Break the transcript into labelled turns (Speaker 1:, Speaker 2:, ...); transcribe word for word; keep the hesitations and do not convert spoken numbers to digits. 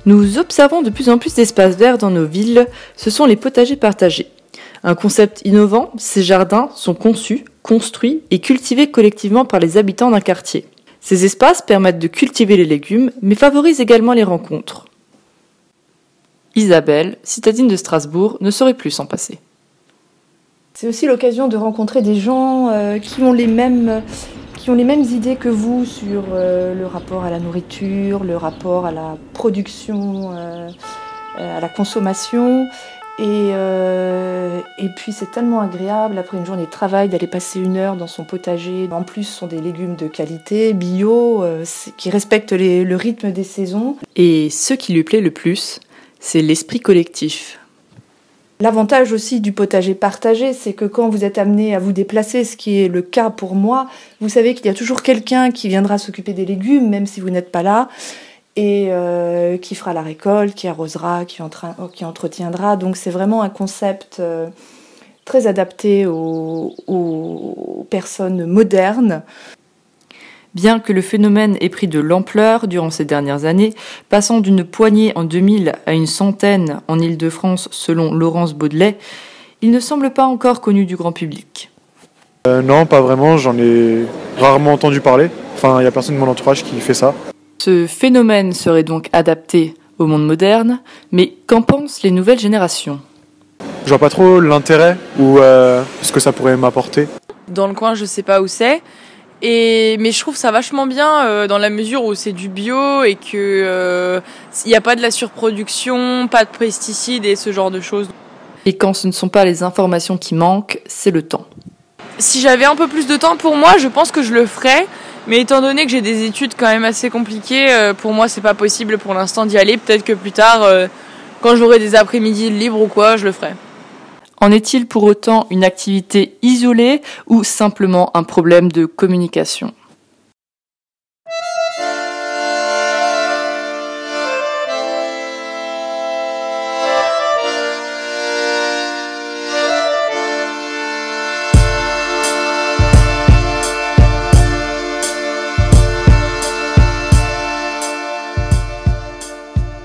Speaker 1: Nous observons de plus en plus d'espaces verts dans nos villes, ce sont les potagers partagés. Un concept innovant, ces jardins sont conçus, construits et cultivés collectivement par les habitants d'un quartier. Ces espaces permettent de cultiver les légumes, mais favorisent également les rencontres. Isabelle, citadine de Strasbourg, ne saurait plus s'en passer.
Speaker 2: C'est aussi l'occasion de rencontrer des gens euh, qui ont les mêmes... qui ont les mêmes idées que vous sur euh, le rapport à la nourriture, le rapport à la production, euh, à la consommation. Et, euh, et puis c'est tellement agréable, après une journée de travail, d'aller passer une heure dans son potager. En plus, ce sont des légumes de qualité, bio, euh, qui respectent les, le rythme des saisons.
Speaker 1: Et ce qui lui plaît le plus, c'est l'esprit collectif.
Speaker 2: L'avantage aussi du potager partagé, c'est que quand vous êtes amené à vous déplacer, ce qui est le cas pour moi, vous savez qu'il y a toujours quelqu'un qui viendra s'occuper des légumes, même si vous n'êtes pas là, et euh, qui fera la récolte, qui arrosera, qui, entra- qui entretiendra. Donc c'est vraiment un concept euh, très adapté aux, aux personnes modernes.
Speaker 1: Bien que le phénomène ait pris de l'ampleur durant ces dernières années, passant d'une poignée en deux mille à une centaine en Île-de-France selon Laurence Baudelet, il ne semble pas encore connu du grand public.
Speaker 3: Euh, non, pas vraiment, j'en ai rarement entendu parler. Enfin, il n'y a personne de mon entourage qui fait ça.
Speaker 1: Ce phénomène serait donc adapté au monde moderne, mais qu'en pensent les nouvelles générations ?
Speaker 3: Je vois pas trop l'intérêt ou euh, ce que ça pourrait m'apporter.
Speaker 4: Dans le coin, je sais pas où c'est. Et mais je trouve ça vachement bien euh, dans la mesure où c'est du bio et que euh, il y a pas de la surproduction, pas de pesticides et ce genre de choses.
Speaker 1: Et quand ce ne sont pas les informations qui manquent, c'est le temps.
Speaker 4: Si j'avais un peu plus de temps pour moi, je pense que je le ferais. Mais étant donné que j'ai des études quand même assez compliquées, euh, pour moi c'est pas possible pour l'instant d'y aller. Peut-être que plus tard, euh, quand j'aurai des après-midi libres ou quoi, je le ferai.
Speaker 1: En est-il pour autant une activité isolée ou simplement un problème de communication ?